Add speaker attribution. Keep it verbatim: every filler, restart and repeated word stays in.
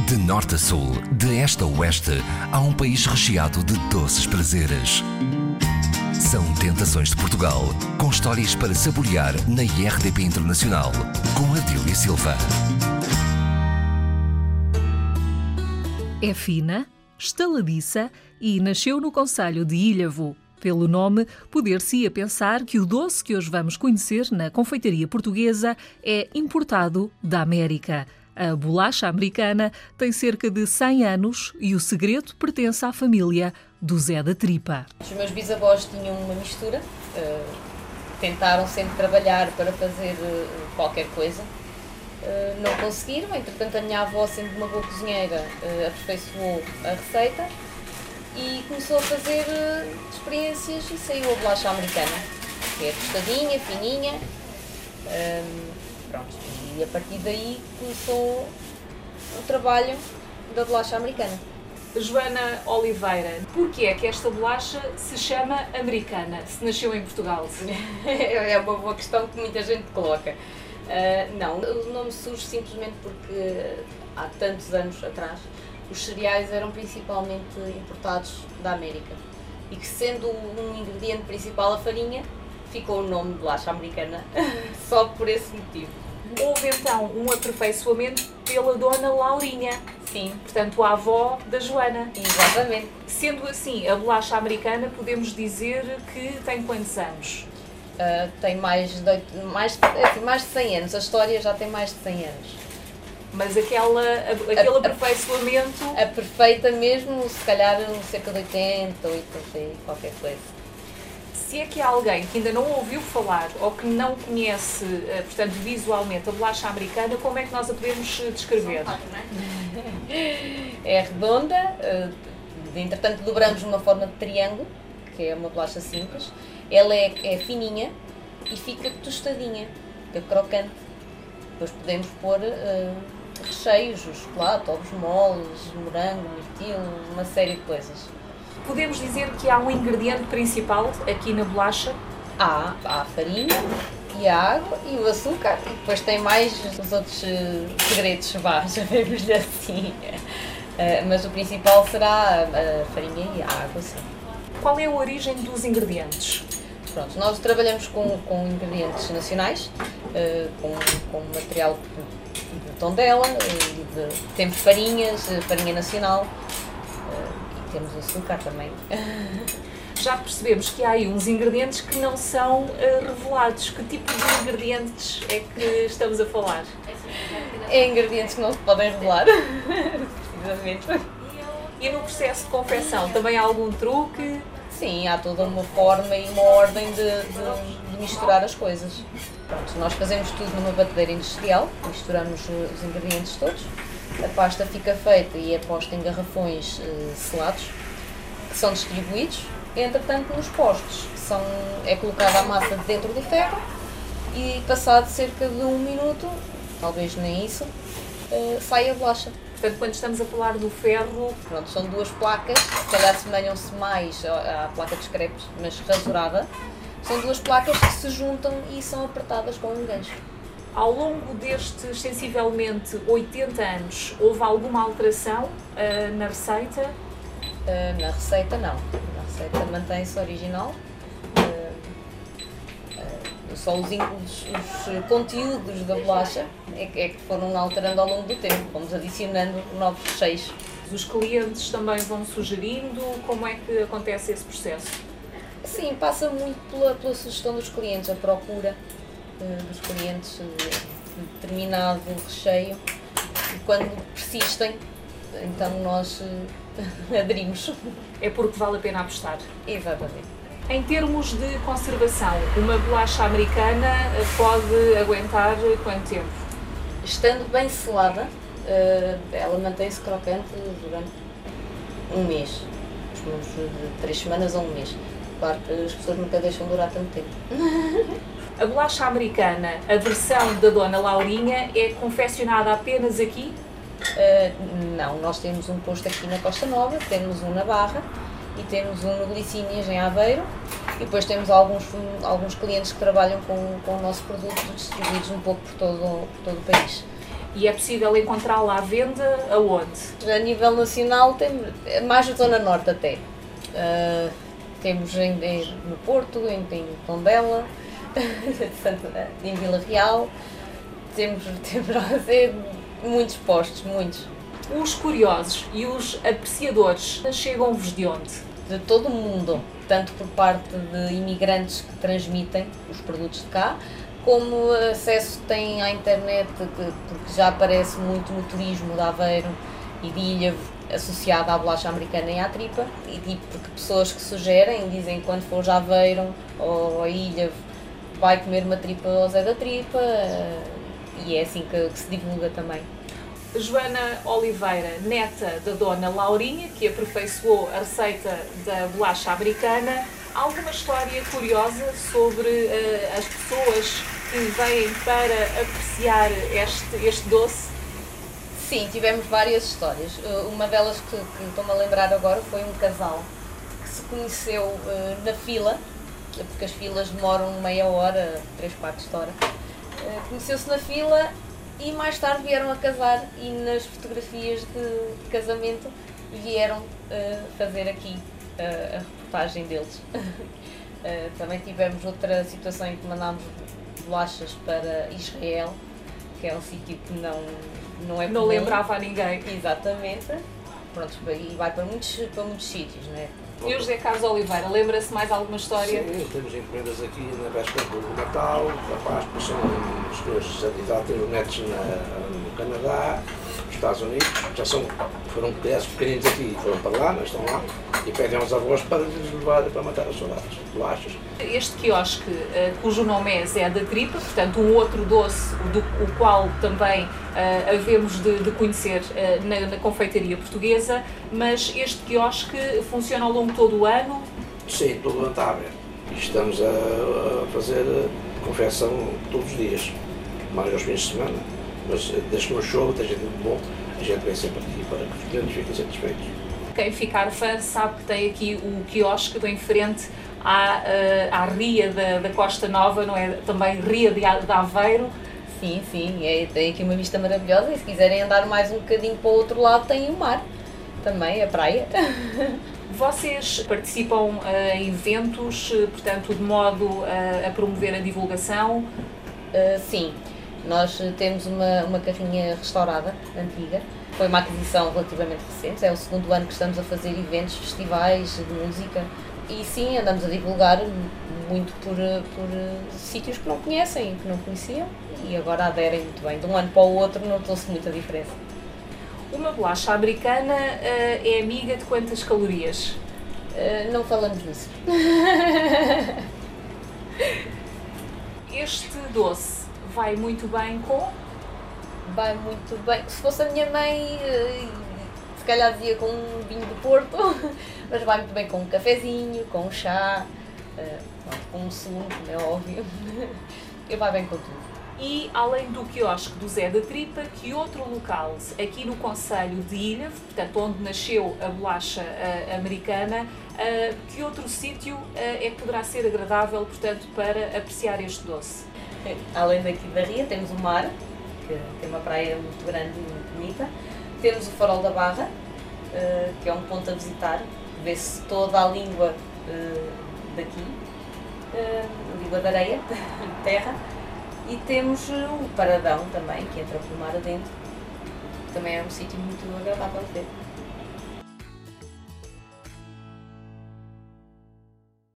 Speaker 1: De norte a sul, de este a oeste, há um país recheado de doces prazeres. São Tentações de Portugal, com histórias para saborear na I R D P Internacional, com Adília Silva.
Speaker 2: É fina, estaladiça e nasceu no concelho de Ilhavo. Pelo nome, poder-se-ia pensar que o doce que hoje vamos conhecer na confeitaria portuguesa é importado da América. A bolacha americana tem cerca de cem anos e o segredo pertence à família do Zé da Tripa.
Speaker 3: Os meus bisavós tinham uma mistura, uh, tentaram sempre trabalhar para fazer uh, qualquer coisa, uh, não conseguiram, entretanto a minha avó, sendo uma boa cozinheira, uh, aperfeiçoou a receita e começou a fazer uh, experiências e saiu a bolacha americana, que é tostadinha, fininha, um, pronto. E a partir daí começou o trabalho da bolacha americana.
Speaker 2: Joana Oliveira, porquê é que esta bolacha se chama americana, se nasceu em Portugal?
Speaker 3: É uma boa questão que muita gente coloca. Uh, não, o nome surge simplesmente porque há tantos anos atrás os cereais eram principalmente importados da América e que, sendo um ingrediente principal a farinha, ficou o nome de bolacha americana só por esse motivo.
Speaker 2: Houve então um aperfeiçoamento pela dona Laurinha.
Speaker 3: Sim.
Speaker 2: Portanto, a avó da Joana.
Speaker 3: Exatamente.
Speaker 2: Sendo assim, a bolacha americana podemos dizer que tem quantos anos?
Speaker 3: Uh, tem mais de, mais, assim, mais de cem anos. A história já tem mais de cem anos.
Speaker 2: Mas aquela, aquele a, aperfeiçoamento...
Speaker 3: A perfeita mesmo, se calhar cerca de oitenta, oitenta e qualquer coisa.
Speaker 2: Se é que há alguém que ainda não ouviu falar ou que não conhece, portanto, visualmente a bolacha americana, como é que nós a podemos descrever?
Speaker 3: É redonda, entretanto dobramos numa forma de triângulo, que é uma bolacha simples. Ela é, é fininha e fica tostadinha, fica crocante. Depois podemos pôr uh, recheios, o chocolate, ovos moles, morango, mirtilo, uma série de coisas.
Speaker 2: Podemos dizer que há um ingrediente principal aqui na bolacha?
Speaker 3: Há, há a farinha e a água e o açúcar. E depois tem mais os outros uh, segredos, vá, chamemos-lhe assim. Uh, mas o principal será a, a farinha e a água, sim.
Speaker 2: Qual é a origem dos ingredientes?
Speaker 3: Pronto, nós trabalhamos com, com ingredientes nacionais, uh, com, com material de, de Tondela, e de, temos farinhas, farinha nacional. Temos açúcar também.
Speaker 2: Já percebemos que há aí uns ingredientes que não são uh, revelados. Que tipo de ingredientes é que estamos a falar?
Speaker 3: É ingredientes que não se podem revelar, precisamente.
Speaker 2: E no processo de confecção, também há algum truque?
Speaker 3: Sim, há toda uma forma e uma ordem de, de, de misturar as coisas. Pronto, nós fazemos tudo numa batedeira industrial, misturamos os ingredientes todos. A pasta fica feita e é posta em garrafões uh, selados, que são distribuídos. Entretanto, nos postos, são, é colocada a massa dentro do ferro e, passado cerca de um minuto, talvez nem isso, uh, sai a bolacha.
Speaker 2: Portanto, quando estamos a falar do ferro...
Speaker 3: Pronto, são duas placas, se calhar semelham-se mais à, à placa de crepes, mas rasurada. São duas placas que se juntam e são apertadas com um gancho.
Speaker 2: Ao longo destes, sensivelmente, oitenta anos, houve alguma alteração uh, na receita?
Speaker 3: Uh, na receita, não. Na receita mantém-se original. Uh, uh, só os, os, os conteúdos da bolacha é, é que foram alterando ao longo do tempo. Vamos adicionando novos recheios.
Speaker 2: Os clientes também vão sugerindo? Como é que acontece esse processo?
Speaker 3: Sim, passa muito pela, pela sugestão dos clientes, a procura dos clientes de determinado recheio, e quando persistem, então nós aderimos.
Speaker 2: É porque vale a pena apostar.
Speaker 3: Exatamente.
Speaker 2: Em termos de conservação, uma bolacha americana pode aguentar quanto tempo?
Speaker 3: Estando bem selada, ela mantém-se crocante durante um mês, de três semanas a um mês. Claro que as pessoas nunca deixam durar tanto tempo.
Speaker 2: A bolacha americana, a versão da Dona Laurinha, é confeccionada apenas aqui?
Speaker 3: Uh, não, nós temos um posto aqui na Costa Nova, temos um na Barra e temos um no Glicínias, em Aveiro, e depois temos alguns, alguns clientes que trabalham com, com o nosso produto distribuídos um pouco por todo, por todo o país.
Speaker 2: E é possível encontrá-la à venda aonde?
Speaker 3: A nível nacional, temos mais a zona norte até. Uh, temos em, em, no Porto, em, em Tondela, em Vila Real. Temos, temos muitos postos, muitos.
Speaker 2: Os curiosos e os apreciadores chegam-vos de onde?
Speaker 3: De todo o mundo, tanto por parte de imigrantes que transmitem os produtos de cá, como acesso têm à internet, porque já aparece muito no turismo de Aveiro e de Ilhavo, associado à bolacha americana e à tripa, e porque pessoas que sugerem, dizem que quando fores a Aveiro ou a Ilhavo, vai comer uma tripa ao Zé da Tripa, e é assim que, que se divulga também.
Speaker 2: Joana Oliveira, neta da dona Laurinha, que aperfeiçoou a receita da bolacha americana, há alguma história curiosa sobre uh, as pessoas que vêm para apreciar este, este doce?
Speaker 3: Sim, tivemos várias histórias. Uma delas que, que estou-me a lembrar agora foi um casal que se conheceu uh, na fila, porque as filas demoram meia hora, três quartos de hora. Uh, conheceu-se na fila e mais tarde vieram a casar, e nas fotografias de, de casamento vieram uh, fazer aqui uh, a reportagem deles. uh, também tivemos outra situação em que mandámos bolachas para Israel, que é um sítio que não, não é
Speaker 2: Não
Speaker 3: comum.
Speaker 2: lembrava a ninguém.
Speaker 3: Exatamente. Pronto, e vai para muitos, para muitos sítios, não é?
Speaker 2: E o José Carlos Oliveira, lembra-se mais alguma história?
Speaker 4: Sim, temos encomendas aqui na véspera do Natal, rapaz, passam os senhores a ter netos na, no Canadá, nos Estados Unidos, já são, foram dez pequeninos aqui, foram para lá, mas estão lá, e pedem aos avós para lhes levar para matar as saudades, bolachas.
Speaker 2: Este quiosque, cujo nome é Zé da Tripa, portanto um outro doce, do o qual também uh, havemos de, de conhecer uh, na, na confeitaria portuguesa, mas este quiosque funciona ao longo de todo o ano?
Speaker 4: Sim, todo o ano está aberto. E estamos a, a fazer confecção todos os dias, mais aos fins de semana, mas desde que não chove, esteja tudo bom, a gente vem sempre aqui para que os clientes fiquem satisfeitos.
Speaker 2: Quem ficar fã sabe que tem aqui o quiosque em frente à, à Ria da, da Costa Nova, não é? Também Ria de, de Aveiro.
Speaker 3: Sim, sim, é, tem aqui uma vista maravilhosa, e se quiserem andar mais um bocadinho para o outro lado tem o mar, também a praia.
Speaker 2: Vocês participam uh, em eventos, uh, portanto, de modo uh, a promover a divulgação?
Speaker 3: Uh, sim, nós temos uma, uma carrinha restaurada, antiga. Foi uma aquisição relativamente recente, é o segundo ano que estamos a fazer eventos, festivais de música. E sim, andamos a divulgar muito por, por sítios que não conhecem, que não conheciam, e agora aderem muito bem. De um ano para o outro notou-se muita diferença.
Speaker 2: Uma bolacha americana uh, é amiga de quantas calorias?
Speaker 3: Uh, não falamos nisso.
Speaker 2: Este doce vai muito bem com?
Speaker 3: Vai muito bem. Se fosse a minha mãe, se calhar dizia com um vinho do Porto, mas vai muito bem com um cafezinho, com um chá, com um sumo, como é óbvio. E vai bem com tudo.
Speaker 2: E, além do quiosque do Zé da Tripa, que outro local aqui no concelho de Ilhavo, portanto onde nasceu a bolacha uh, americana, uh, que outro sítio uh, é que poderá ser agradável, portanto, para apreciar este doce?
Speaker 3: Além daqui da Ria, temos o mar, que tem uma praia muito grande e muito bonita. Temos o Farol da Barra, uh, que é um ponto a visitar, vê-se toda a língua uh, daqui, uh, a língua da areia, terra. E temos o Paradão também, que entra pelo mar adentro. Também é um sítio muito agradável de ver.